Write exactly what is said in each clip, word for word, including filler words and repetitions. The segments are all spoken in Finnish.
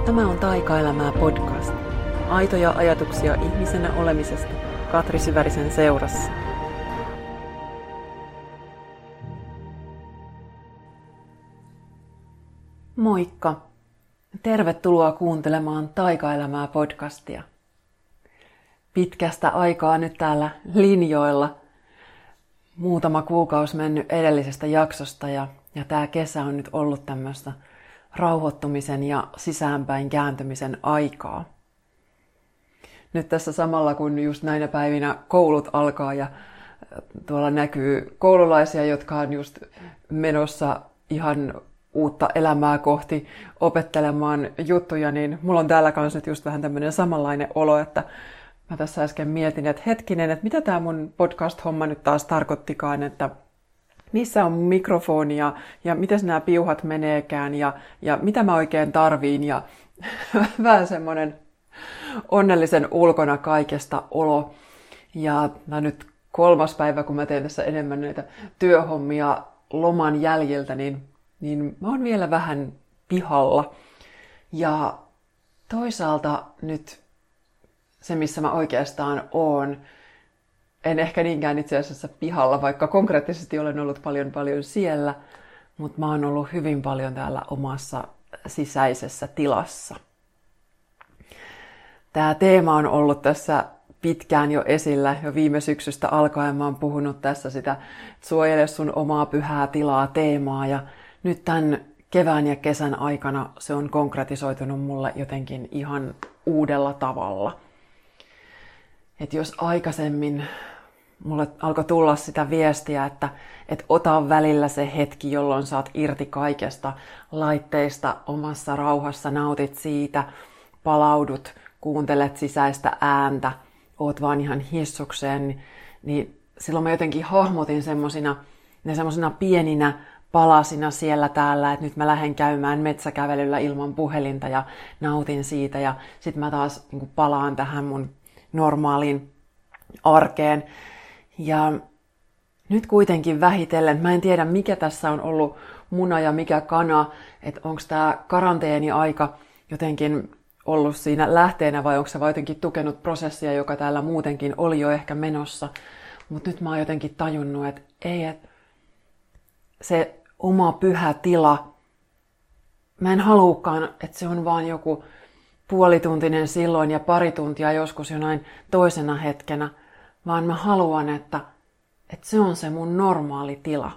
Tämä on Taikaelämää podcast. Aitoja ajatuksia ihmisenä olemisesta Katri Syvärisen seurassa. Moikka! Tervetuloa kuuntelemaan Taikaelämää podcastia. Pitkästä aikaa nyt täällä linjoilla. Muutama kuukausi mennyt edellisestä jaksosta ja, ja tämä kesä on nyt ollut tämmöistä rauhoittumisen ja sisäänpäin kääntymisen aikaa. Nyt tässä samalla kun just näinä päivinä koulut alkaa ja tuolla näkyy koululaisia, jotka on just menossa ihan uutta elämää kohti opettelemaan juttuja, niin mulla on täällä kanssa nyt just vähän tämmöinen samanlainen olo, että mä tässä äsken mietin, että hetkinen, että mitä tää mun podcast-homma nyt taas tarkoittikaan, että missä on mikrofoni ja, ja miten nämä piuhat meneekään ja, ja mitä mä oikein tarviin ja vähän semmoinen onnellisen ulkona kaikesta olo. Ja mä nyt kolmas päivä, kun mä teen tässä enemmän näitä työhommia loman jäljiltä, niin, niin mä oon vielä vähän pihalla. Ja toisaalta nyt se, missä mä oikeastaan oon, en ehkä niinkään itse asiassa pihalla, vaikka konkreettisesti olen ollut paljon paljon siellä, mutta mä oon ollut hyvin paljon täällä omassa sisäisessä tilassa. Tämä teema on ollut tässä pitkään jo esillä, jo viime syksystä alkaen mä oon puhunut tässä sitä suojele sun omaa pyhää tilaa teemaa, ja nyt tämän kevään ja kesän aikana se on konkretisoitunut mulle jotenkin ihan uudella tavalla. Et jos aikaisemmin mulle alkoi tulla sitä viestiä, että et ota välillä se hetki, jolloin saat irti kaikesta laitteista omassa rauhassa, nautit siitä, palaudut, kuuntelet sisäistä ääntä, oot vaan ihan hissukseen, niin, niin silloin mä jotenkin hahmotin semmosina, ne semmosina pieninä palasina siellä täällä, että nyt mä lähden käymään metsäkävelyllä ilman puhelinta ja nautin siitä, ja sit mä taas niin kuin palaan tähän mun normaaliin arkeen. Ja nyt kuitenkin vähitellen, mä en tiedä mikä tässä on ollut muna ja mikä kana, että onko tämä karanteeni-aika jotenkin ollut siinä lähteenä vai onko se vaan jotenkin tukenut prosessia, joka täällä muutenkin oli jo ehkä menossa. Mutta nyt mä oon jotenkin tajunnut, että ei, että se oma pyhä tila, mä en haluukaan, että se on vaan joku puolituntinen silloin ja pari tuntia joskus jonain toisena hetkenä, vaan mä haluan, että, että se on se mun normaali tila.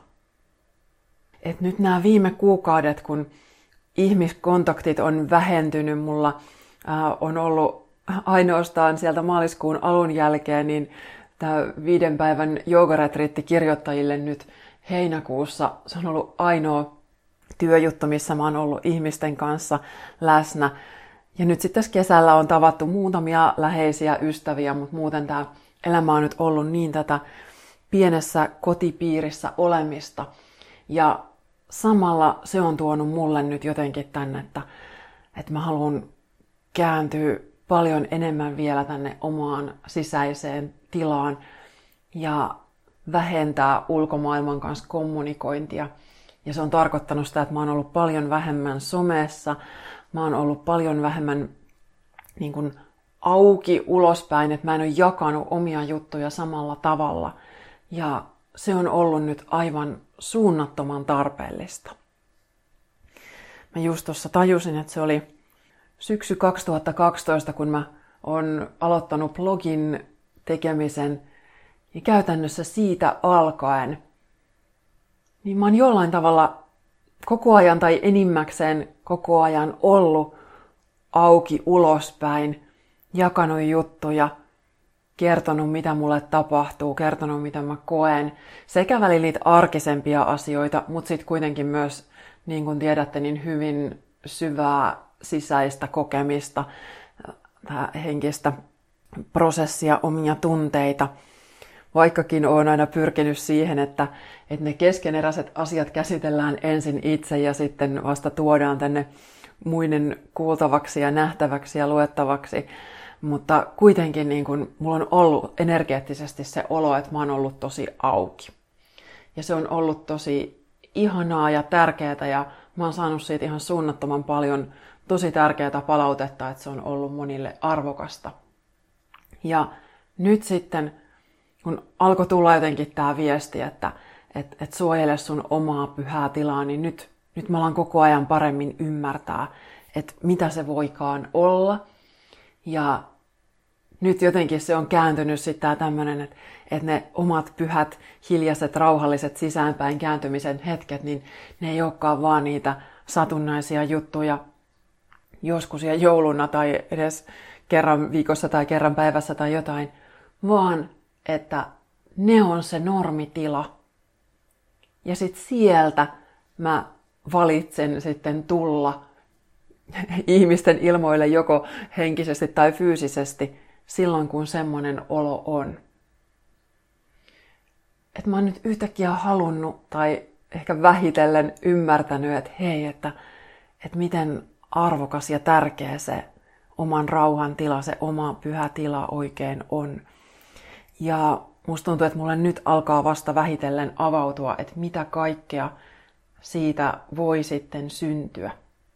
Et nyt nämä viime kuukaudet, kun ihmiskontaktit on vähentynyt, mulla ää, on ollut ainoastaan sieltä maaliskuun alun jälkeen, niin tämä viiden päivän joogaretriitti kirjoittajille nyt heinäkuussa, se on ollut ainoa työjuttu, missä mä oon ollut ihmisten kanssa läsnä. Ja nyt sitten tässä kesällä on tavattu muutamia läheisiä ystäviä, mutta muuten tämä elämä on nyt ollut niin tätä pienessä kotipiirissä olemista. Ja samalla se on tuonut mulle nyt jotenkin tänne, että, että mä haluan kääntyä paljon enemmän vielä tänne omaan sisäiseen tilaan ja vähentää ulkomaailman kanssa kommunikointia. Ja se on tarkoittanut sitä, että mä oon ollut paljon vähemmän somessa, mä oon ollut paljon vähemmän niin kuin auki ulospäin, että mä en ole jakanut omia juttuja samalla tavalla. Ja se on ollut nyt aivan suunnattoman tarpeellista. Mä just tuossa tajusin, että se oli syksy kaksituhattakaksitoista, kun mä oon aloittanut blogin tekemisen. Ja käytännössä siitä alkaen, niin mä oon jollain tavalla koko ajan tai enimmäkseen koko ajan ollut auki ulospäin, jakanut juttuja, kertonut mitä mulle tapahtuu, kertonut mitä mä koen, sekä välillä niitä arkisempia asioita, mutta sitten kuitenkin myös, niin kuin tiedätte, niin hyvin syvää sisäistä kokemista, henkistä prosessia, omia tunteita. Vaikkakin olen aina pyrkinyt siihen, että, että ne keskeneräiset asiat käsitellään ensin itse ja sitten vasta tuodaan tänne muiden kuultavaksi ja nähtäväksi ja luettavaksi. Mutta kuitenkin niin kun, mulla on ollut energeettisesti se olo, että mä oon ollut tosi auki. Ja se on ollut tosi ihanaa ja tärkeää ja mä oon saanut siitä ihan suunnattoman paljon tosi tärkeää palautetta, että se on ollut monille arvokasta. Ja nyt sitten, kun alkoi tulla jotenkin tämä viesti, että et, et suojele sun omaa pyhää tilaa, niin nyt, nyt mä alan koko ajan paremmin ymmärtää, että mitä se voikaan olla. Ja nyt jotenkin se on kääntynyt sitten tämmöinen, että, että ne omat pyhät, hiljaiset, rauhalliset sisäänpäin kääntymisen hetket, niin ne ei olekaan vaan niitä satunnaisia juttuja joskus ja jouluna tai edes kerran viikossa tai kerran päivässä tai jotain, vaan että ne on se normitila. Ja sitten sieltä mä valitsen sitten tulla ihmisten ilmoille joko henkisesti tai fyysisesti silloin, kun semmoinen olo on. Että mä oon nyt yhtäkkiä halunnut tai ehkä vähitellen ymmärtänyt, että hei, että, että miten arvokas ja tärkeä se oman rauhan tila, se oma pyhä tila oikein on. Ja musta tuntuu, että mulle nyt alkaa vasta vähitellen avautua, että mitä kaikkea siitä voi sitten syntyä.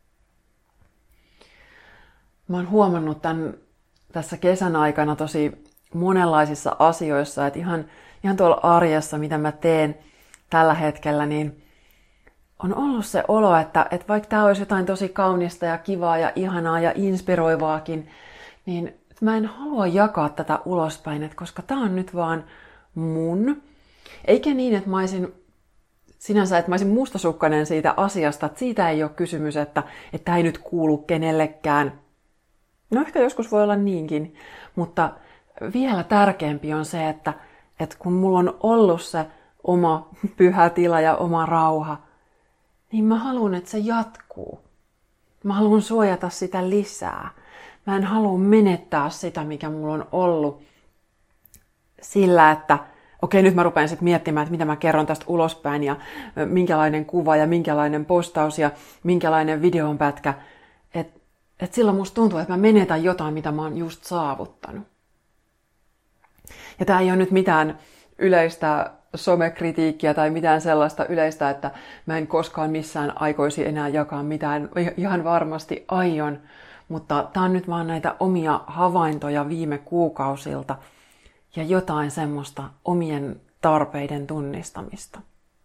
Mä oon huomannut tämän tässä kesän aikana tosi monenlaisissa asioissa, että ihan, ihan tuolla arjessa, mitä mä teen tällä hetkellä, niin on ollut se olo, että, että vaikka tämä olisi jotain tosi kaunista ja kivaa ja ihanaa ja inspiroivaakin, niin mä en halua jakaa tätä ulospäin, että koska tämä on nyt vaan mun. Eikä niin, että mä olisin sinänsä, että mä olisin mustasukkainen siitä asiasta, että siitä ei ole kysymys, että tämä ei nyt kuulu kenellekään. No ehkä joskus voi olla niinkin, mutta vielä tärkeämpi on se, että, että kun mulla on ollut se oma pyhä tila ja oma rauha, niin mä haluan, että se jatkuu. Mä haluan suojata sitä lisää. Mä en halua menettää sitä, mikä mulla on ollut sillä, että okei, nyt mä rupean sitten miettimään, että mitä mä kerron tästä ulospäin ja minkälainen kuva ja minkälainen postaus ja minkälainen videonpätkä. Että et silloin musta tuntuu, että mä menetän jotain, mitä mä oon just saavuttanut. Ja tää ei ole nyt mitään yleistä somekritiikkiä tai mitään sellaista yleistä, että mä en koskaan missään aikoisi enää jakaa mitään. Ihan varmasti aion, mutta tää on nyt vaan näitä omia havaintoja viime kuukausilta ja jotain semmoista omien tarpeiden tunnistamista.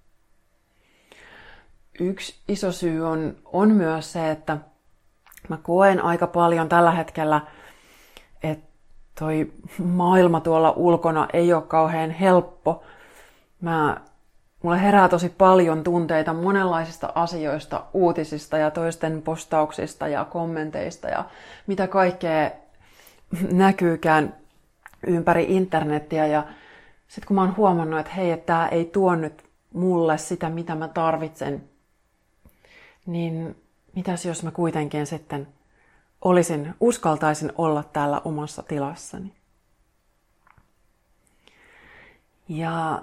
Yksi iso syy on, on myös se, että mä koen aika paljon tällä hetkellä, että toi maailma tuolla ulkona ei ole kauhean helppo. Mä, mulle herää tosi paljon tunteita monenlaisista asioista, uutisista ja toisten postauksista ja kommenteista ja mitä kaikkea näkyykään ympäri internettiä. Ja sitten kun mä oon huomannut, että hei, että tää ei tuo nyt mulle sitä, mitä mä tarvitsen, niin mitäs jos mä kuitenkin sitten olisin, uskaltaisin olla täällä omassa tilassani. Ja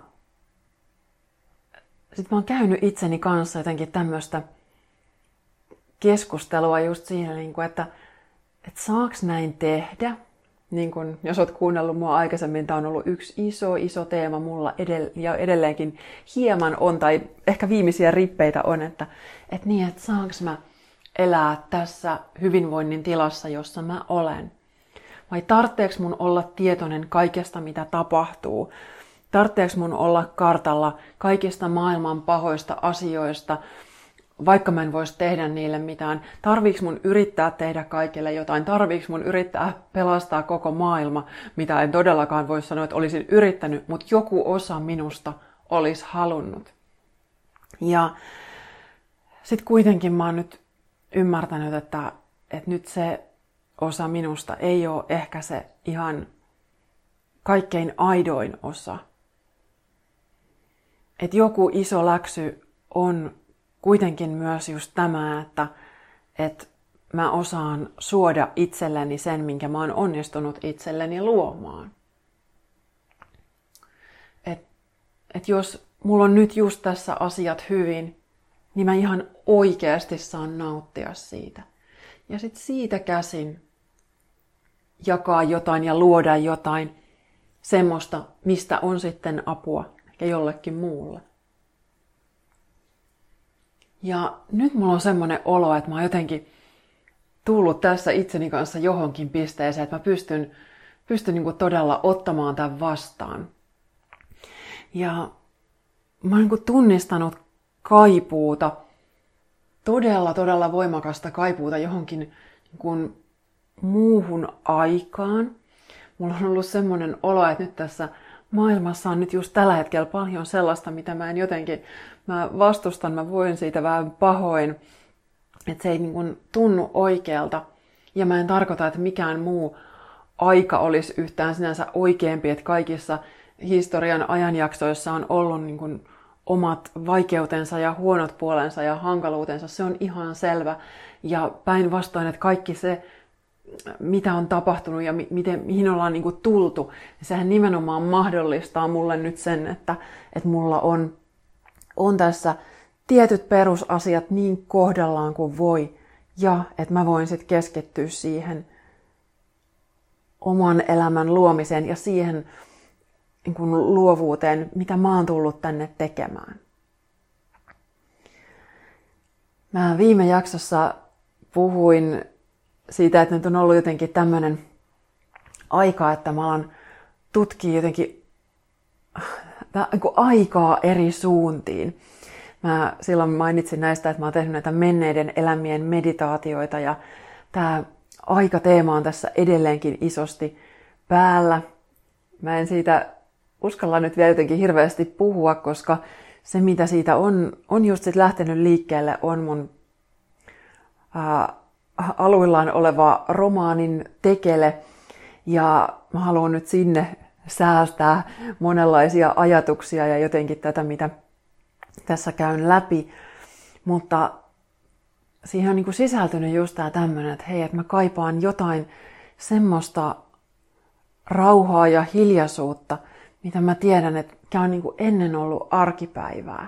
sitten mä oon käynyt itseni kanssa jotenkin tämmöistä keskustelua just siinä, että, että saaks näin tehdä. Niin kun, jos oot kuunnellut mua aikaisemmin, tämä on ollut yksi iso, iso teema mulla edell- ja edelleenkin hieman on, tai ehkä viimeisiä rippeitä on, että, että niin, että saanko mä elää tässä hyvinvoinnin tilassa, jossa mä olen. Vai tarvitseeko mun olla tietoinen kaikesta, mitä tapahtuu? Tarvitseeko mun olla kartalla kaikista maailman pahoista asioista, vaikka mä en voisi tehdä niille mitään? Tarviiko mun yrittää tehdä kaikille jotain? Tarviiko mun yrittää pelastaa koko maailma, mitä en todellakaan voi sanoa, että olisin yrittänyt, mutta joku osa minusta olisi halunnut. Ja sitten kuitenkin mä oon nyt ymmärtänyt, että, että nyt se osa minusta ei ole ehkä se ihan kaikkein aidoin osa. Että joku iso läksy on kuitenkin myös just tämä, että, että mä osaan suoda itselleni sen, minkä mä oon onnistunut itselleni luomaan. Että et jos mulla on nyt just tässä asiat hyvin, niin mä ihan oikeasti saan nauttia siitä. Ja sitten siitä käsin jakaa jotain ja luoda jotain semmoista, mistä on sitten apua ja jollekin muulle. Ja nyt mulla on semmoinen olo, että mä oon jotenkin tullut tässä itseni kanssa johonkin pisteeseen, että mä pystyn, pystyn niin kuin todella ottamaan tämän vastaan. Ja mä oon niin kuin tunnistanut kaipuuta, todella, todella voimakasta kaipuuta johonkin niin kuin muuhun aikaan. Mulla on ollut semmoinen olo, että nyt tässä maailmassa on nyt just tällä hetkellä paljon sellaista, mitä mä en jotenkin, mä vastustan, mä voin siitä vähän pahoin, että se ei niin kuin tunnu oikealta. Ja mä en tarkoita, että mikään muu aika olisi yhtään sinänsä oikeampi, että kaikissa historian ajanjaksoissa on ollut niin kuin omat vaikeutensa ja huonot puolensa ja hankaluutensa. Se on ihan selvä. Ja päinvastoin, että kaikki se, mitä on tapahtunut ja miten, mihin ollaan niin kuin tultu, sehän nimenomaan mahdollistaa mulle nyt sen, että, että mulla on, on tässä tietyt perusasiat niin kohdallaan kuin voi, ja että mä voin sitten keskittyä siihen oman elämän luomiseen ja siihen niin kuin luovuuteen, mitä mä oon tullut tänne tekemään. Mä viime jaksossa puhuin siitä, että nyt on ollut jotenkin tämmöinen aika, että mä alan tutkia jotenkin niin kuin aikaa eri suuntiin. Mä silloin mainitsin näistä, että mä oon tehnyt näitä menneiden elämien meditaatioita ja tää aikateema on tässä edelleenkin isosti päällä. Mä en siitä uskalla nyt vielä jotenkin hirveästi puhua, koska se mitä siitä on, on just sit lähtenyt liikkeelle on mun ää, aluillaan oleva romaanin tekele ja mä haluan nyt sinne säästää monenlaisia ajatuksia ja jotenkin tätä, mitä tässä käyn läpi, mutta siihen on niin kuin sisältynyt just tämä tämmöinen, että hei, että mä kaipaan jotain semmoista rauhaa ja hiljaisuutta, mitä mä tiedän, että mikä on niin kuin ennen ollut arkipäivää.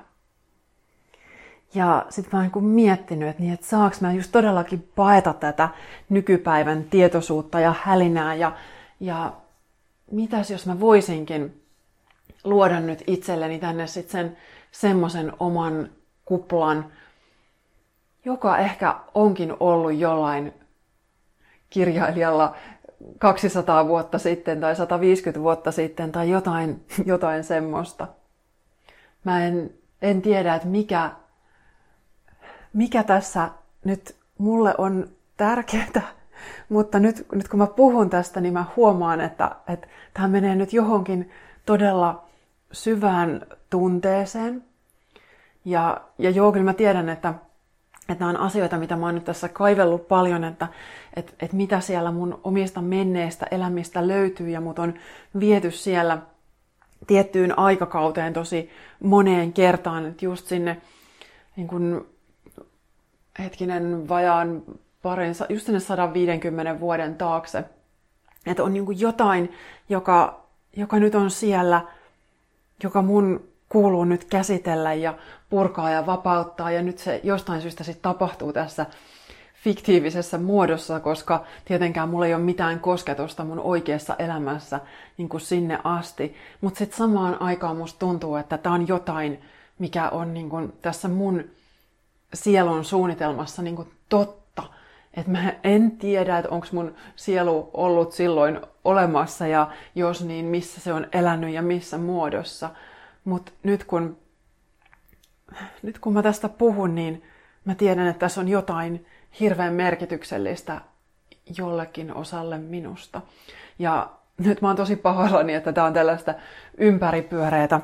Ja sitten mä oon niin kuin miettinyt, että, niin, että saaks mä just todellakin paeta tätä nykypäivän tietoisuutta ja hälinää ja, ja mitäs jos mä voisinkin luoda nyt itselleni tänne sitten sen semmoisen oman kuplan, joka ehkä onkin ollut jollain kirjailijalla kaksisataa vuotta sitten tai sata viisikymmentä vuotta sitten tai jotain, jotain semmoista. Mä en, en tiedä, että mikä, mikä tässä nyt mulle on tärkeää, mutta nyt, nyt kun mä puhun tästä, niin mä huomaan, että, että tämä menee nyt johonkin todella syvään tunteeseen. Ja, ja joo, kyllä mä tiedän, että, että nämä on asioita, mitä mä oon nyt tässä kaivellut paljon, että, että, että mitä siellä mun omista menneistä elämistä löytyy, ja mut on viety siellä tiettyyn aikakauteen tosi moneen kertaan, että just sinne niin kun, hetkinen vajaan parin, just sinne sata viisikymmentä vuoden taakse. Että on niin kun jotain, joka, joka nyt on siellä, joka mun kuuluu nyt käsitellä ja purkaa ja vapauttaa. Ja nyt se jostain syystä sitten tapahtuu tässä fiktiivisessä muodossa, koska tietenkään mulla ei ole mitään kosketusta mun oikeassa elämässä niin kuin sinne asti. Mutta sitten samaan aikaan musta tuntuu, että tämä on jotain, mikä on niin kuin tässä mun sielun suunnitelmassa niin kuin totta. Että mä en tiedä, että onko mun sielu ollut silloin olemassa ja jos niin, missä se on elänyt ja missä muodossa. Mutta nyt kun, nyt kun mä tästä puhun, niin mä tiedän, että tässä on jotain hirveän merkityksellistä jollekin osalle minusta. Ja nyt mä oon tosi pahoillani, että tää on tällaista ympäripyöreätä.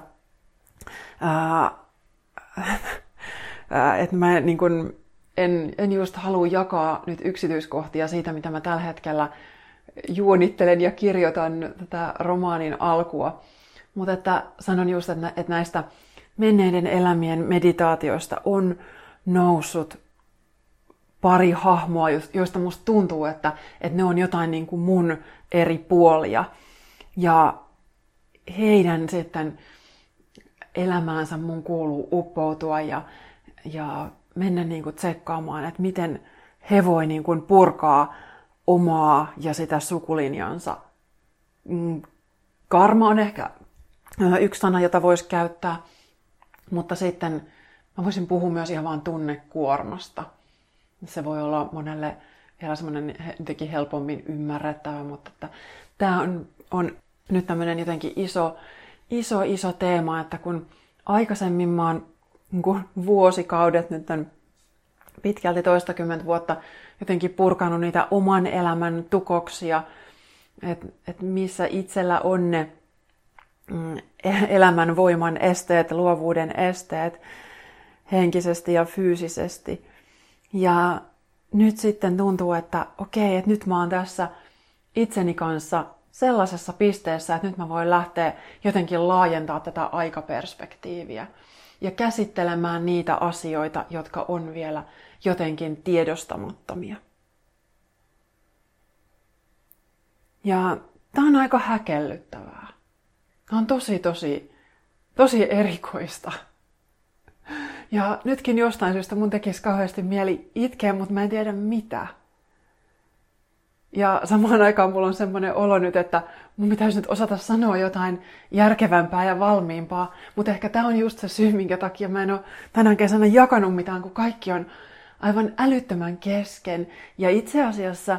Että mä niin kun en, en just halua jakaa nyt yksityiskohtia siitä, mitä mä tällä hetkellä juonittelen ja kirjoitan tätä romaanin alkua. Mutta että sanon just, että näistä menneiden elämien meditaatioista on noussut pari hahmoa, joista musta tuntuu, että, että ne on jotain niin kuin mun eri puolia. Ja heidän sitten elämäänsä mun kuuluu uppoutua ja, ja mennä niin kuin tsekkaamaan, että miten he voi niin kuin purkaa omaa ja sitä sukulinjansa. Karma on ehkä yksi sana, jota voisi käyttää, mutta sitten mä voisin puhua myös ihan vaan tunnekuormasta. Se voi olla monelle vielä semmoinen jotenkin helpommin ymmärrettävä, mutta että tämä on, on nyt tämmöinen jotenkin iso, iso, iso teema, että kun aikaisemmin mä oon niin vuosikaudet, nyt on pitkälti toistakymmentä vuotta jotenkin purkanut niitä oman elämän tukoksia, että et missä itsellä on ne mm, elämän voiman esteet, luovuuden esteet henkisesti ja fyysisesti. Ja nyt sitten tuntuu, että okei, että nyt mä oon tässä itseni kanssa sellaisessa pisteessä, että nyt mä voin lähteä jotenkin laajentaa tätä aikaperspektiiviä ja käsittelemään niitä asioita, jotka on vielä jotenkin tiedostamattomia. Ja tää on aika häkellyttävää. Tää on tosi, tosi, tosi erikoista. Ja nytkin jostain syystä mun tekisi kauheasti mieli itkeä, mutta mä en tiedä mitä. Ja samaan aikaan mulla on semmoinen olo nyt, että mun pitäisi nyt osata sanoa jotain järkevämpää ja valmiimpaa. Mutta ehkä tää on just se syy, minkä takia mä en ole tänään kesänä jakanut mitään, kun kaikki on aivan älyttömän kesken. Ja itse asiassa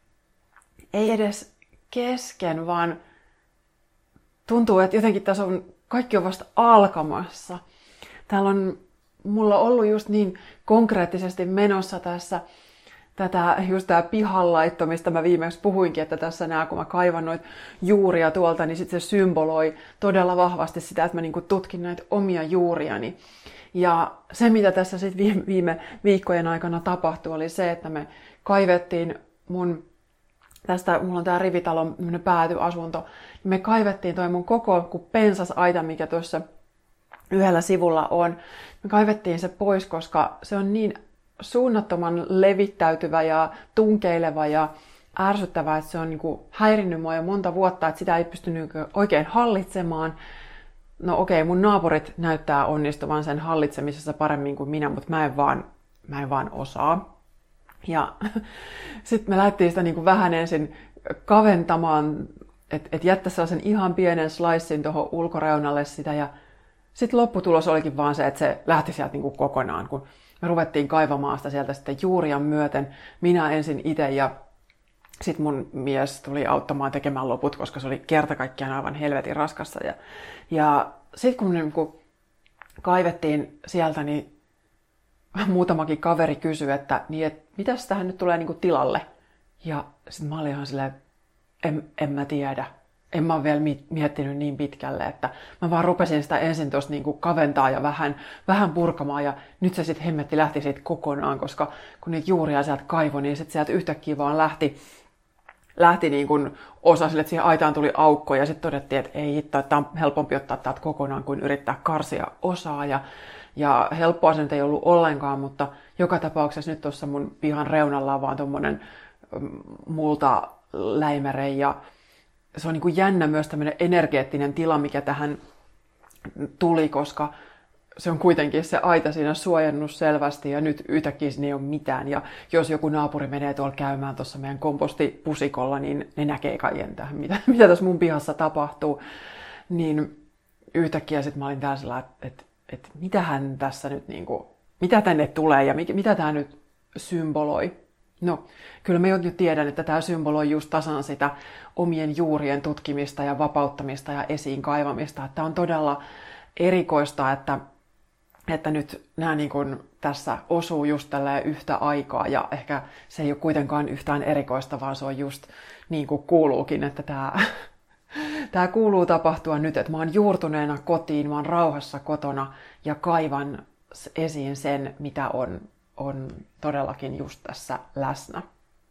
ei edes kesken, vaan tuntuu, että jotenkin tässä on, kaikki on vasta alkamassa. Täällä on mulla ollut just niin konkreettisesti menossa tässä tätä, just tää pihanlaitto, mistä mä viimeksi puhuinkin, että tässä nää, kun mä kaivan noita juuria tuolta, niin sit se symboloi todella vahvasti sitä, että mä niinku tutkin näitä omia juuriani. Ja se, mitä tässä sit viime, viime viikkojen aikana tapahtui, oli se, että me kaivettiin mun, tästä, mulla on tää rivitalon päätyasunto, niin me kaivettiin toi mun koko kun pensasaita, mikä tuossa yhdellä sivulla on. Me kaivettiin se pois, koska se on niin suunnattoman levittäytyvä ja tunkeileva ja ärsyttävä, että se on niinku häirinnyt mua jo monta vuotta, että sitä ei pystynyt oikein hallitsemaan. No okei, mun naapurit näyttää onnistuvan sen hallitsemisessa paremmin kuin minä, mutta mä en vaan, mä en vaan osaa. Ja sitten me lähdettiin sitä niinku vähän ensin kaventamaan, että et jättäisi sellaisen ihan pienen slicein tuohon ulkoreunalle sitä ja sitten lopputulos olikin vaan se, että se lähti sieltä niin kuin kokonaan, kun me ruvettiin kaivamaan sitä sieltä sitten juuria myöten. Minä ensin itse ja sitten mun mies tuli auttamaan tekemään loput, koska se oli kerta kaikkiaan aivan helvetin raskassa. Ja, ja sitten kun me niin kuin kaivettiin sieltä, niin muutamakin kaveri kysyi, että, niin, että mitäs tähän nyt tulee niin kuin tilalle? Ja sitten mä olin ihan silleen, en, en mä tiedä. En mä ole vielä miettinyt niin pitkälle, että mä vaan rupesin sitä ensin tuosta niinku kaventaa ja vähän, vähän purkamaan ja nyt se sitten hemmetti lähti siitä kokonaan, koska kun niitä juuria sieltä kaivoi, niin sitten sieltä yhtäkkiä vaan lähti, lähti niin kuin osa sille, että siihen aitaan tuli aukko ja sitten todettiin, että ei hitto, että on helpompi ottaa täältä kokonaan kuin yrittää karsia osaa ja, ja helppoa se nyt ei ollut ollenkaan, mutta joka tapauksessa nyt tuossa mun pihan reunalla on vaan tommonen multaläimere ja se on niin kuin jännä myös tämmöinen energeettinen tila, mikä tähän tuli, koska se on kuitenkin se aita siinä suojannut selvästi ja nyt yhtäkkiä siinä ei ole mitään. Ja jos joku naapuri menee tuolla käymään tuossa meidän kompostipusikolla, niin ne näkee kaiken tähän, mitä, mitä tässä mun pihassa tapahtuu. Niin yhtäkkiä sitten mä olin täällä sellainen, että, että, että mitähän tässä nyt, niin kuin, mitä tänne tulee ja mikä, mitä tämä nyt symboloi. No, kyllä mä jo nyt tiedän, että tämä symboloi just tasan sitä omien juurien tutkimista ja vapauttamista ja esiin kaivamista. Tämä on todella erikoista, että, että nyt nämä niin kuin tässä osuu just tälleen yhtä aikaa ja ehkä se ei ole kuitenkaan yhtään erikoista, vaan se on just niin kuin kuuluukin, että tämä, tämä kuuluu tapahtua nyt, että mä oon juurtuneena kotiin, mä oon rauhassa kotona ja kaivan esiin sen, mitä on on todellakin just tässä läsnä.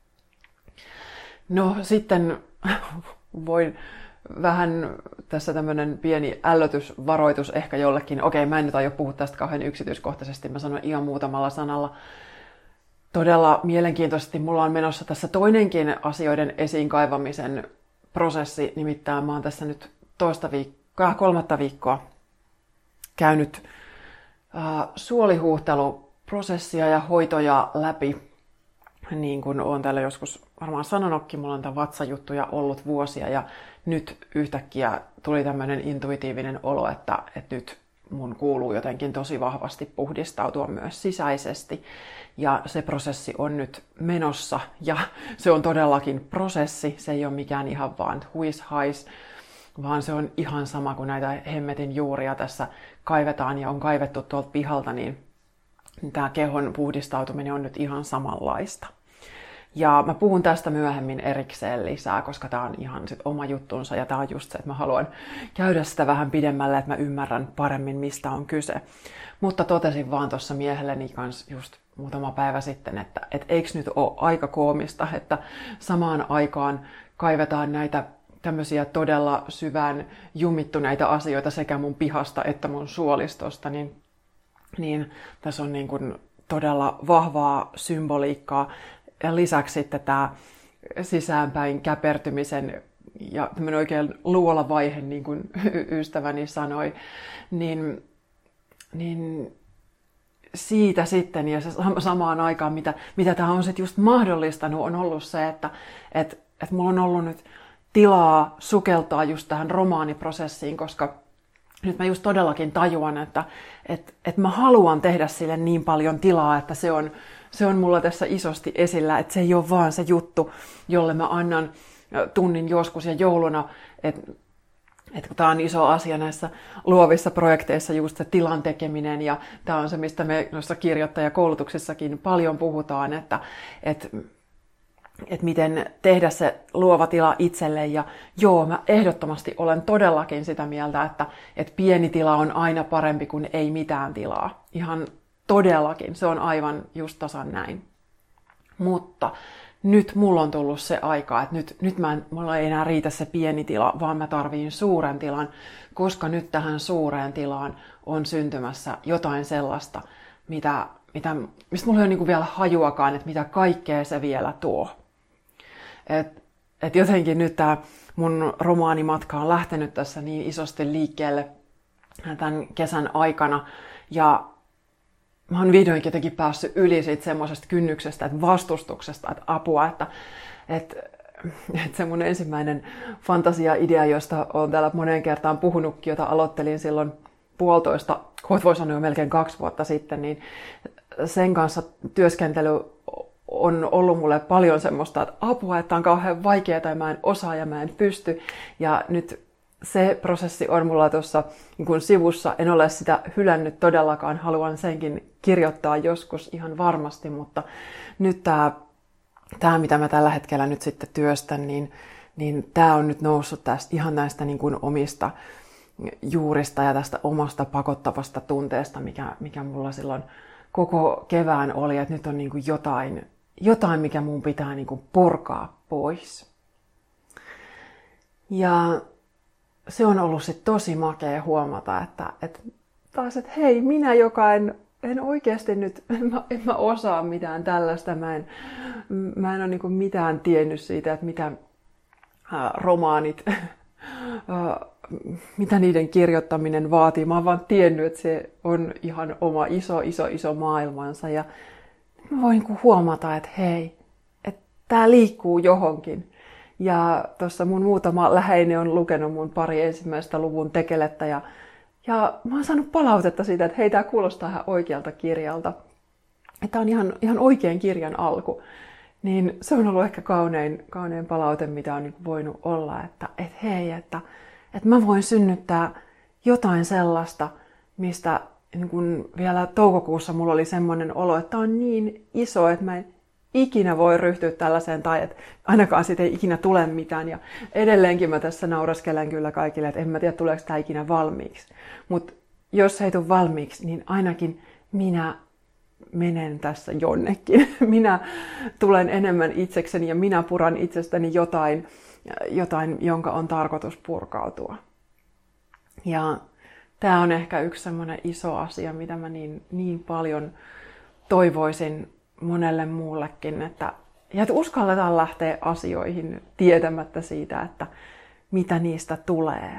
No sitten voin vähän tässä tämmöinen pieni ällötysvaroitus ehkä jollekin. Okei, mä en nyt aio puhua tästä kauhean yksityiskohtaisesti, mä sanon ihan muutamalla sanalla. Todella mielenkiintoisesti mulla on menossa tässä toinenkin asioiden esiin kaivamisen prosessi, nimittäin mä oon tässä nyt toista viikkoa, kolmatta viikkoa käynyt äh, suolihuuhtelu prosessia ja hoitoja läpi, niin kuin olen täällä joskus varmaan sanonutkin, mulla on tämän vatsajuttuja ollut vuosia ja nyt yhtäkkiä tuli tämmöinen intuitiivinen olo, että, että nyt mun kuuluu jotenkin tosi vahvasti puhdistautua myös sisäisesti. Ja se prosessi on nyt menossa ja se on todellakin prosessi. Se ei ole mikään ihan vaan huis hais, vaan se on ihan sama kuin näitä hemmetin juuria tässä kaivetaan ja on kaivettu tuolta pihalta, niin tämä kehon puhdistautuminen on nyt ihan samanlaista. Ja mä puhun tästä myöhemmin erikseen lisää, koska tää on ihan sit oma juttunsa ja tää on just se, että mä haluan käydä sitä vähän pidemmälle, että mä ymmärrän paremmin, mistä on kyse. Mutta totesin vaan tuossa miehelleni kanssa just muutama päivä sitten, että et eikö nyt ole aika koomista, että samaan aikaan kaivetaan näitä tämmöisiä todella syvään jumittuneita asioita sekä mun pihasta että mun suolistosta, niin, niin tässä on niin kuin todella vahvaa symboliikkaa. Ja lisäksi sitten tämä sisäänpäin käpertymisen ja tämmöinen oikein luolavaihe, niin kuin ystäväni sanoi, niin, niin siitä sitten ja se samaan aikaan, mitä, mitä tämä on sitten just mahdollistanut, on ollut se, että et, et mulla on ollut nyt tilaa sukeltaa just tähän romaaniprosessiin, koska nyt mä just todellakin tajuan, että et, et mä haluan tehdä sille niin paljon tilaa, että se on, se on mulla tässä isosti esillä, että se ei ole vaan se juttu, jolle mä annan tunnin joskus ja jouluna, että et kun tämä on iso asia näissä luovissa projekteissa, just se tilan tekeminen, ja tämä on se, mistä me noissa kirjoittajakoulutuksissakin paljon puhutaan, että et, että miten tehdä se luova tila itselle. Ja joo, mä ehdottomasti olen todellakin sitä mieltä, että, että pieni tila on aina parempi kuin ei mitään tilaa. Ihan todellakin, se on aivan just tasan näin. Mutta nyt mulla on tullut se aika, että nyt, nyt mä en, mulla ei enää riitä se pieni tila, vaan mä tarviin suuren tilan, koska nyt tähän suureen tilaan on syntymässä jotain sellaista, mitä, mitä, mistä mulla ei ole niin kuin vielä hajuakaan, että mitä kaikkea se vielä tuo. Et, et jotenkin nyt tämä mun romaanimatka on lähtenyt tässä niin isosti liikkeelle tämän kesän aikana. Ja mä oon vihdoinkin jotenkin päässyt yli siitä semmoisesta kynnyksestä, että vastustuksesta, että apua. Että, et, et se mun ensimmäinen fantasia-idea, josta olen täällä moneen kertaan puhunutkin, jota aloittelin silloin puolitoista, kohta voi sanoa jo melkein kaksi vuotta sitten, niin sen kanssa työskentely on ollut mulle paljon semmoista, että apua, että on kauhean vaikeaa ja mä en osaa ja mä en pysty. Ja nyt se prosessi on mulla tuossa niin sivussa. En ole sitä hylännyt todellakaan. Haluan senkin kirjoittaa joskus ihan varmasti, mutta nyt tämä, tämä mitä mä tällä hetkellä nyt sitten työstän, niin, niin tämä on nyt noussut tästä, ihan näistä niin kuin omista juurista ja tästä omasta pakottavasta tunteesta, mikä, mikä mulla silloin koko kevään oli, että nyt on niin kuin jotain, jotain, mikä mun pitää niin kuin purkaa pois. Ja se on ollut sit tosi makea huomata, että, että taas, että hei, minä joka en, en oikeasti nyt, en mä, en mä osaa mitään tällaista, mä en, mä en ole niin kuin mitään tiennyt siitä, että mitä ää, romaanit, ää, mitä niiden kirjoittaminen vaatii. Mä oon vaan tiennyt, että se on ihan oma iso, iso, iso maailmansa. Ja mä voin niin huomata, että hei, että tää liikkuu johonkin. Ja tuossa mun muutama läheinen on lukenut mun pari ensimmäistä luvun tekelettä. Ja, ja mä oon saanut palautetta siitä, että hei, tää kuulostaa ihan oikealta kirjalta. Että on ihan, ihan oikean kirjan alku. Niin se on ollut ehkä kaunein, kaunein palaute, mitä on niin voinut olla. Että et hei, että Että mä voin synnyttää jotain sellaista, mistä niin kun vielä toukokuussa mulla oli semmoinen olo, että on niin iso, että mä en ikinä voi ryhtyä tällaiseen tai että ainakaan siitä ei ikinä tule mitään. Ja edelleenkin mä tässä nauraskelen kyllä kaikille, että en mä tiedä tuleeko tämä ikinä valmiiksi. Mutta jos ei tule valmiiksi, niin ainakin minä menen tässä jonnekin. Minä tulen enemmän itsekseni ja minä puran itsestäni jotain, jotain, jonka on tarkoitus purkautua. Ja tämä on ehkä yksi semmoinen iso asia, mitä mä niin, niin paljon toivoisin monelle muullekin, että, ja että uskalletaan lähteä asioihin tietämättä siitä, että mitä niistä tulee.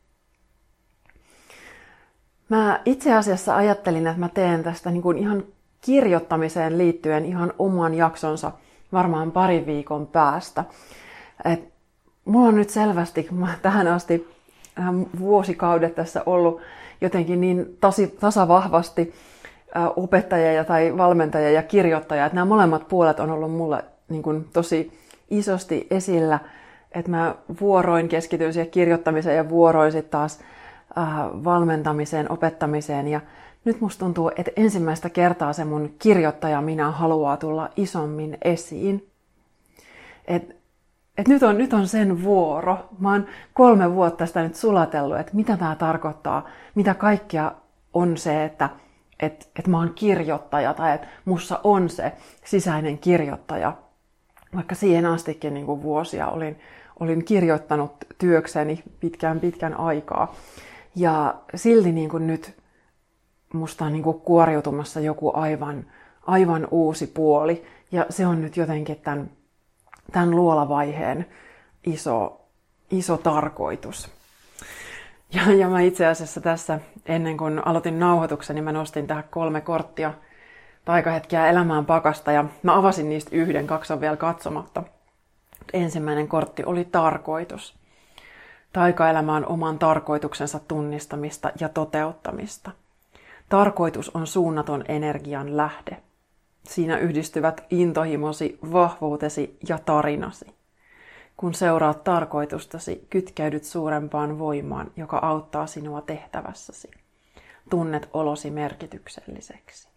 Mä itse asiassa ajattelin, että mä teen tästä niin kuin ihan kirjoittamiseen liittyen ihan oman jaksonsa varmaan parin viikon päästä. Et mulla on nyt selvästi, kun mä tähän asti vuosikaudet tässä ollut jotenkin niin tasi, tasavahvasti opettaja tai valmentaja ja kirjoittaja, että nämä molemmat puolet on ollut mulle niin kuin tosi isosti esillä, että mä vuoroin keskityin siihen kirjoittamiseen ja vuoroin sitten taas äh, valmentamiseen, opettamiseen. Ja nyt musta tuntuu, että ensimmäistä kertaa se mun kirjoittaja minä haluaa tulla isommin esiin. Et, et nyt, on, nyt on sen vuoro. Mä oon kolme vuotta sitä nyt sulatellut, että mitä tämä tarkoittaa, mitä kaikkea on se, että et, et mä oon kirjoittaja tai että mussa on se sisäinen kirjoittaja. Vaikka siihen astikin niin kuin vuosia olin, olin kirjoittanut työkseni pitkään pitkän aikaa. Ja silti niin kuin nyt musta on niin kuin kuoriutumassa joku aivan, aivan uusi puoli. Ja se on nyt jotenkin tämän, tämän luolavaiheen iso, iso tarkoitus. Ja, ja mä itse asiassa tässä, ennen kuin aloitin nauhoituksen, niin mä nostin tähän kolme korttia taikahetkiä elämään pakasta. Ja mä avasin niistä yhden, kaksi on vielä katsomatta. Ensimmäinen kortti oli tarkoitus. Taikaelämä on oman tarkoituksensa tunnistamista ja toteuttamista. Tarkoitus on suunnaton energian lähde. Siinä yhdistyvät intohimosi, vahvuutesi ja tarinasi. Kun seuraat tarkoitustasi, kytkeydyt suurempaan voimaan, joka auttaa sinua tehtävässäsi. Tunnet olosi merkitykselliseksi.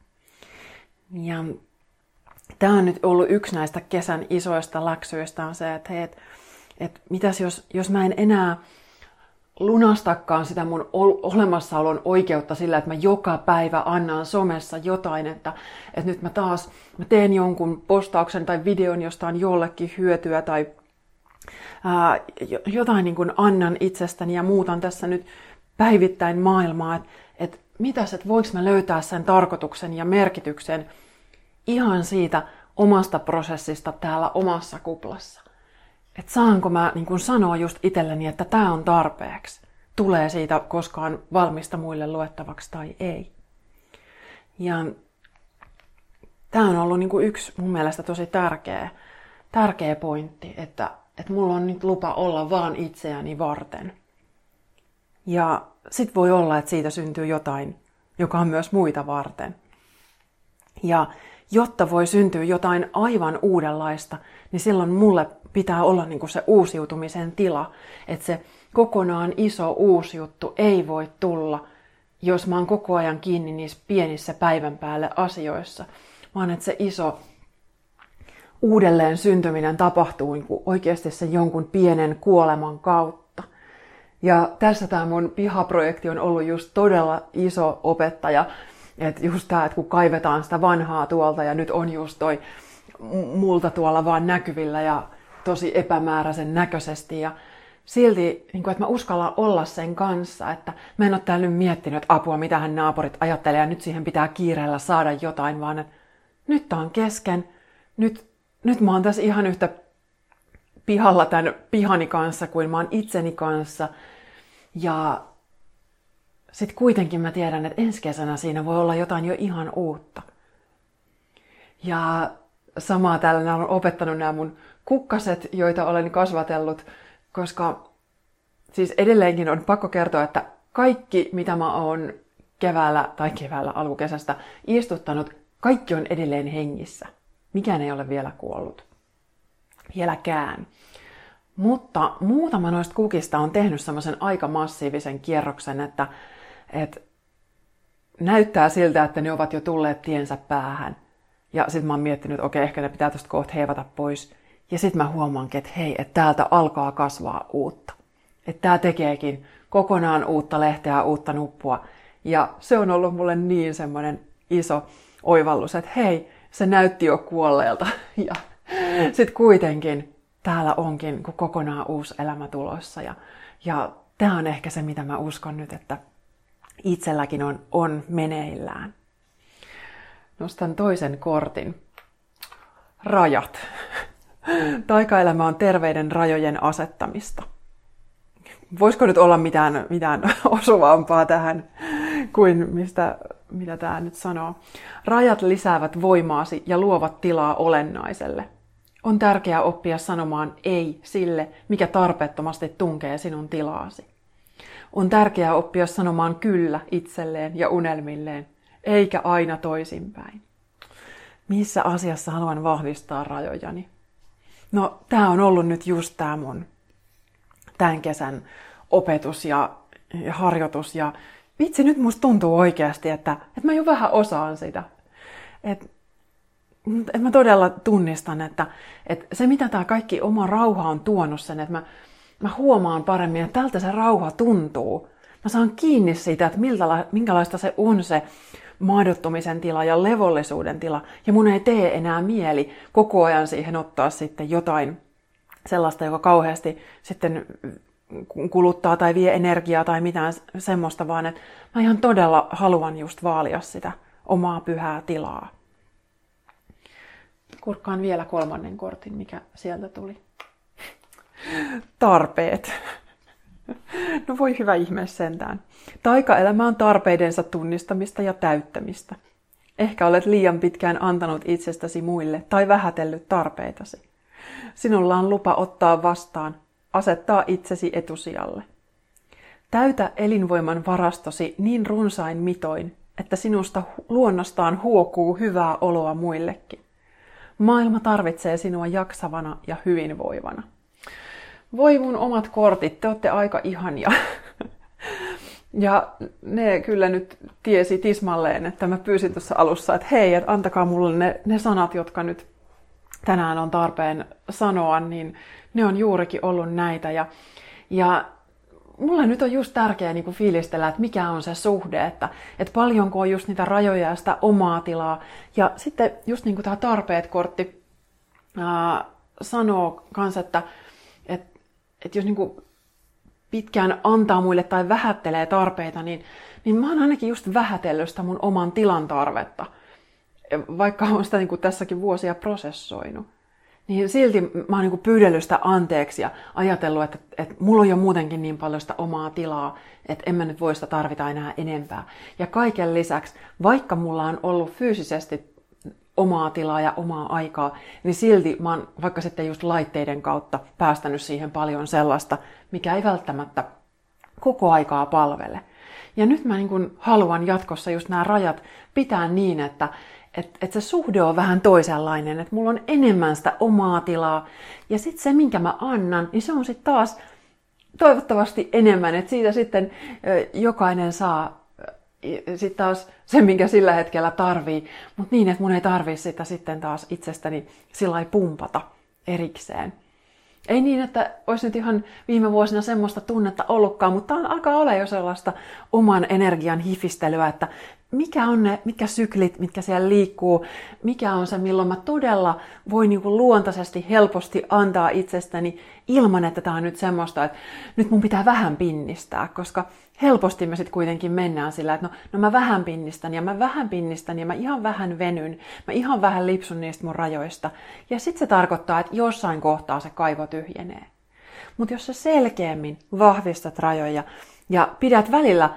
Ja tämä on nyt ollut yksi näistä kesän isoista läksyistä on se, että hei, et, et mitäs jos, jos mä en enää lunastakaan sitä mun olemassaolon oikeutta sillä, että mä joka päivä annan somessa jotain, että, että nyt mä taas mä teen jonkun postauksen tai videon, josta on jollekin hyötyä tai ää, jotain niin kuin annan itsestäni ja muutan tässä nyt päivittäin maailmaa, että, että mitäs, että voinko mä löytää sen tarkoituksen ja merkityksen ihan siitä omasta prosessista täällä omassa kuplassa. Että saanko mä niin kun sanoa just itselleni, että tämä on tarpeeksi. Tulee siitä koskaan valmista muille luettavaksi tai ei. Ja tämä on ollut niin kuin yksi mun mielestä tosi tärkeä, tärkeä pointti, että, että mulla on nyt lupa olla vaan itseäni varten. Ja sit voi olla, että siitä syntyy jotain, joka on myös muita varten. Ja jotta voi syntyä jotain aivan uudenlaista, niin silloin mulle pitää olla niin kuin se uusiutumisen tila. Että se kokonaan iso uusi juttu ei voi tulla, jos mä oon koko ajan kiinni niissä pienissä päivän päälle asioissa. Vaan että se iso uudelleen syntyminen tapahtuu niin kuin oikeasti sen jonkun pienen kuoleman kautta. Ja tässä tämä mun pihaprojekti on ollut just todella iso opettaja. Että just tämä, että kun kaivetaan sitä vanhaa tuolta ja nyt on just toi multa tuolla vaan näkyvillä ja tosi epämääräisen näköisesti. Ja silti, niin kuin, että mä uskallan olla sen kanssa, että mä en ole täällä nyt miettinyt, että apua, mitähän naapurit ajattelee ja nyt siihen pitää kiireellä saada jotain, vaan että nyt tää on kesken. Nyt, nyt mä oon tässä ihan yhtä pihalla tämän pihani kanssa kuin mä oon itseni kanssa. Ja sitten kuitenkin mä tiedän, että ensi kesänä siinä voi olla jotain jo ihan uutta. Ja samaa täällä nämä on opettanut nämä mun kukkaset, joita olen kasvatellut, koska siis edelleenkin on pakko kertoa, että kaikki mitä mä oon keväällä tai keväällä alkukesästä istuttanut, kaikki on edelleen hengissä. Mikään ei ole vielä kuollut. Vieläkään. Mutta muutama noista kukista on tehnyt semmoisen aika massiivisen kierroksen, että, että näyttää siltä, että ne ovat jo tulleet tiensä päähän. Ja sitten mä oon miettinyt, että okei, ehkä ne pitää tosta kohta heivata pois. Ja sitten mä huomaankin, että hei, että täältä alkaa kasvaa uutta. Että tää tekeekin kokonaan uutta lehteä, uutta nuppua. Ja se on ollut mulle niin semmoinen iso oivallus, että hei, se näytti jo kuolleelta. Ja sitten kuitenkin täällä onkin kokonaan uusi elämä tulossa. Ja, ja tämä on ehkä se, mitä mä uskon nyt, että itselläkin on, on meneillään. Nostan toisen kortin. Rajat. Taikaelämä on terveiden rajojen asettamista. Voisiko nyt olla mitään, mitään osuvampaa tähän kuin mistä, mitä tämä nyt sanoo? Rajat lisäävät voimaasi ja luovat tilaa olennaiselle. On tärkeää oppia sanomaan ei sille, mikä tarpeettomasti tunkee sinun tilaasi. On tärkeää oppia sanomaan kyllä itselleen ja unelmilleen, eikä aina toisinpäin. Missä asiassa haluan vahvistaa rajojani? No, tää on ollut nyt just tää mun tämän kesän opetus ja, ja harjoitus. Ja vitsi, nyt musta tuntuu oikeasti, että, että mä jo vähän osaan sitä. Että et mä todella tunnistan, että, että se mitä tää kaikki oma rauha on tuonut sen, että mä, mä huomaan paremmin, että tältä se rauha tuntuu. Mä saan kiinni siitä, että miltä, minkälaista se on se maadottumisen tila ja levollisuuden tila. Ja mun ei tee enää mieli koko ajan siihen ottaa sitten jotain sellaista, joka kauheasti sitten kuluttaa tai vie energiaa tai mitään semmoista, vaan että mä ihan todella haluan just vaalia sitä omaa pyhää tilaa. Kurkkaan vielä kolmannen kortin, mikä sieltä tuli. Tarpeet. No voi hyvä ihme sentään. Taikaelämä on tarpeidensa tunnistamista ja täyttämistä. Ehkä olet liian pitkään antanut itsestäsi muille tai vähätellyt tarpeitasi. Sinulla on lupa ottaa vastaan, asettaa itsesi etusijalle. Täytä elinvoiman varastosi niin runsain mitoin, että sinusta luonnostaan huokuu hyvää oloa muillekin. Maailma tarvitsee sinua jaksavana ja hyvinvoivana. Voi mun omat kortit, te olette aika ihania. Ja ne kyllä nyt tiesi tismalleen, että mä pyysin tuossa alussa, että hei, että antakaa mulle ne, ne sanat, jotka nyt tänään on tarpeen sanoa, niin ne on juurikin ollut näitä. Ja, ja mulle nyt on just tärkeää niin kuin fiilistellä, että mikä on se suhde, että, että paljonko on just niitä rajoja ja sitä omaa tilaa. Ja sitten just niin kuin tämä tarpeet-kortti ää, sanoo kanssa, että, että, että jos niin kuin pitkään antaa muille tai vähättelee tarpeita, niin, niin mä oon ainakin just vähätellyt sitä mun oman tilan tarvetta. Vaikka olen sitä niin kuin tässäkin vuosia prosessoinut. Niin silti mä oon niin kuin pyydellyt sitä anteeksi ja ajatellut, että, että mulla on jo muutenkin niin paljon sitä omaa tilaa, että en mä nyt voi sitä tarvita enää enempää. Ja kaiken lisäksi, vaikka mulla on ollut fyysisesti omaa tilaa ja omaa aikaa, niin silti mä oon vaikka sitten just laitteiden kautta päästänyt siihen paljon sellaista, mikä ei välttämättä koko aikaa palvele. Ja nyt mä niin kuin haluan jatkossa just nämä rajat pitää niin, että Että et se suhde on vähän toisenlainen, että mulla on enemmän sitä omaa tilaa. Ja sitten se, minkä mä annan, niin se on sitten taas toivottavasti enemmän. Että siitä sitten jokainen saa sitten taas sen, minkä sillä hetkellä tarvii. Mutta niin, että mun ei tarvii sitä sitten taas itsestäni sillä lailla pumpata erikseen. Ei niin, että olisi nyt ihan viime vuosina semmoista tunnetta ollutkaan, mutta tämä alkaa olla jo sellaista oman energian hifistelyä, että mikä on ne, mitkä syklit, mitkä siellä liikkuu, mikä on se, milloin mä todella voin niin kuin luontaisesti, helposti antaa itsestäni ilman, että tämä on nyt semmoista, että nyt mun pitää vähän pinnistää, koska helposti me sitten kuitenkin mennään sillä, että no, no mä vähän pinnistän ja mä vähän pinnistän ja mä ihan vähän venyn, mä ihan vähän lipsun niistä mun rajoista. Ja sitten se tarkoittaa, että jossain kohtaa se kaivo tyhjenee. Mutta jos sä selkeämmin vahvistat rajoja ja pidät välillä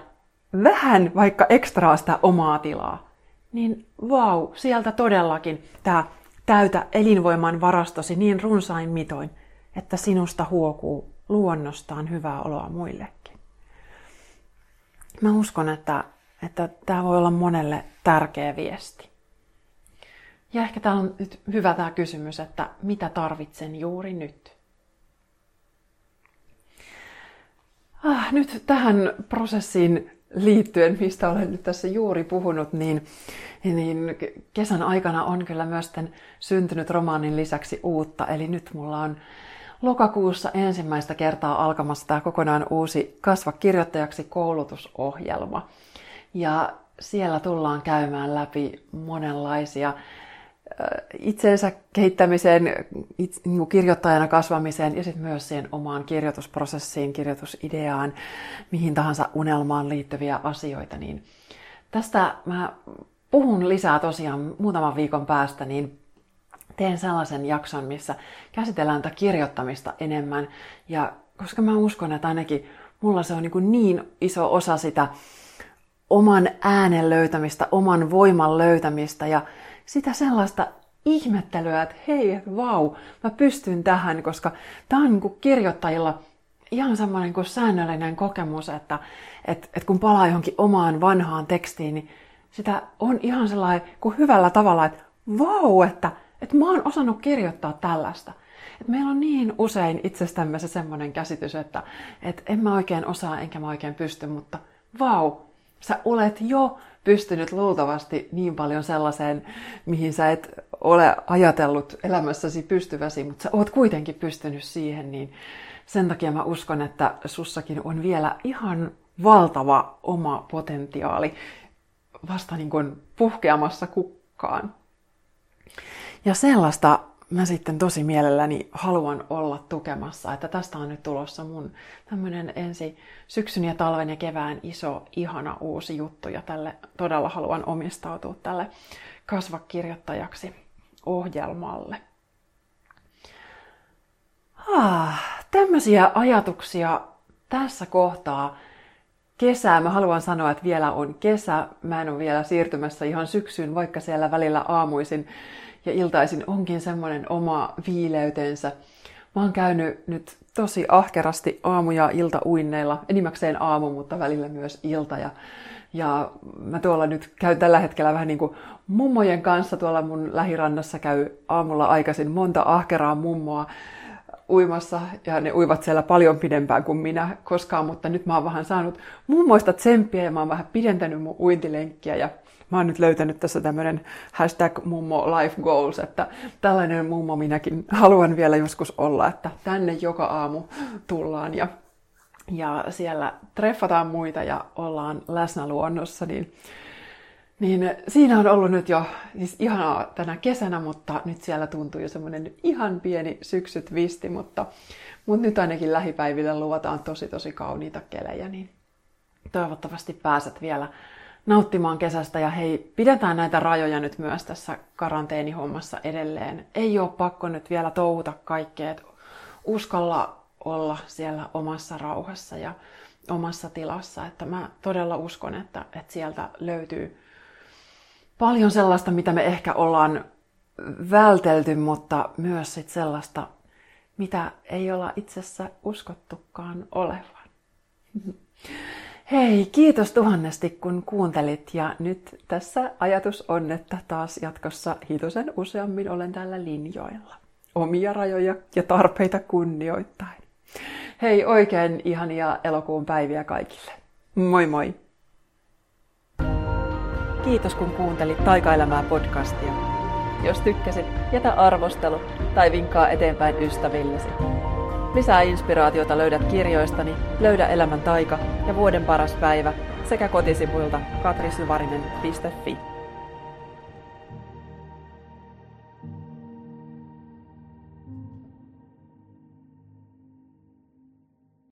vähän vaikka ekstraa sitä omaa tilaa, niin vau, sieltä todellakin tämä täytä elinvoiman varastosi niin runsain mitoin, että sinusta huokuu luonnostaan hyvää oloa muillekin. Mä uskon, että, että tämä voi olla monelle tärkeä viesti. Ja ehkä täällä on nyt hyvä tämä kysymys, että mitä tarvitsen juuri nyt? Ah, nyt tähän prosessiin liittyen, mistä olen nyt tässä juuri puhunut, niin, niin kesän aikana on kyllä myös syntynyt romaanin lisäksi uutta. Eli nyt mulla on lokakuussa ensimmäistä kertaa alkamassa tämä kokonaan uusi Kasva kirjoittajaksi koulutusohjelma. Ja siellä tullaan käymään läpi monenlaisia itseensä kehittämiseen, kirjoittajana kasvamiseen ja sitten myös siihen omaan kirjoitusprosessiin, kirjoitusideaan, mihin tahansa unelmaan liittyviä asioita. Niin tästä mä puhun lisää tosiaan muutaman viikon päästä, niin teen sellaisen jakson, missä käsitellään tätä kirjoittamista enemmän. Ja koska mä uskon, että ainakin mulla se on niin, niin iso osa sitä oman äänen löytämistä, oman voiman löytämistä ja sitä sellaista ihmettelyä, että hei, vau, mä pystyn tähän, koska tää on niin kuin kirjoittajilla ihan semmoinen kuin säännöllinen kokemus, että et, et kun palaa johonkin omaan vanhaan tekstiin, niin sitä on ihan sellainen kuin hyvällä tavalla, että vau, että, että mä oon osannut kirjoittaa tällaista. Et meillä on niin usein itsestämme se semmoinen käsitys, että et en mä oikein osaa enkä mä oikein pysty, mutta vau, sä olet jo pystynyt luultavasti niin paljon sellaiseen, mihin sä et ole ajatellut elämässäsi pystyväsi, mutta sä oot kuitenkin pystynyt siihen, niin sen takia mä uskon, että sussakin on vielä ihan valtava oma potentiaali vasta niin kuin puhkeamassa kukkaan. Ja sellaista mä sitten tosi mielelläni haluan olla tukemassa, että tästä on nyt tulossa mun tämmönen ensi syksyn ja talven ja kevään iso, ihana uusi juttu, ja tälle todella haluan omistautua tälle Kasva kirjoittajaksi -ohjelmalle. Ah, tämmöisiä ajatuksia tässä kohtaa kesää. Mä haluan sanoa, että vielä on kesä. Mä en ole vielä siirtymässä ihan syksyyn, vaikka siellä välillä aamuisin ja iltaisin onkin semmoinen oma viileytensä. Mä oon käynyt nyt tosi ahkerasti aamu- ja iltauinneilla, enimmäkseen aamu, mutta välillä myös ilta. Ja, ja mä tuolla nyt käyn tällä hetkellä vähän niin kuin mummojen kanssa. Tuolla mun lähirannassa käy aamulla aikaisin monta ahkeraa mummoa uimassa, ja ne uivat siellä paljon pidempään kuin minä koskaan, mutta nyt mä oon vähän saanut mummoista tsemppiä ja mä oon vähän pidentänyt mun uintilenkkiä, ja mä oon nyt löytänyt tässä tämmönen hashtag mummo life goals, että tällainen mummo minäkin haluan vielä joskus olla, että tänne joka aamu tullaan ja, ja siellä treffataan muita ja ollaan läsnä luonnossa, niin Niin siinä on ollut nyt jo siis ihanaa tänä kesänä, mutta nyt siellä tuntuu jo semmoinen ihan pieni syksytvisti, mutta, mutta nyt ainakin lähipäiville luvataan tosi tosi kauniita kelejä, niin toivottavasti pääset vielä nauttimaan kesästä. Ja hei, pidetään näitä rajoja nyt myös tässä karanteenihommassa edelleen. Ei ole pakko nyt vielä touhuta kaikkea, että uskalla olla siellä omassa rauhassa ja omassa tilassa, että mä todella uskon, että, että sieltä löytyy paljon sellaista, mitä me ehkä ollaan vältelty, mutta myös sit sellaista, mitä ei olla itsessä uskottukaan olevan. Hei, kiitos tuhannesti, kun kuuntelit. Ja nyt tässä ajatus on, että taas jatkossa hitosen useammin olen täällä linjoilla. Omia rajoja ja tarpeita kunnioittaen. Hei, oikein ihania elokuun päiviä kaikille. Moi moi! Kiitos kun kuuntelit Taikaelämää podcastia. Jos tykkäsit, jätä arvostelu tai vinkkaa eteenpäin ystävillesi. Lisää inspiraatiota löydät kirjoistani Löydä elämän taika ja Vuoden paras päivä sekä kotisivuilta katrisyvarinen piste fi.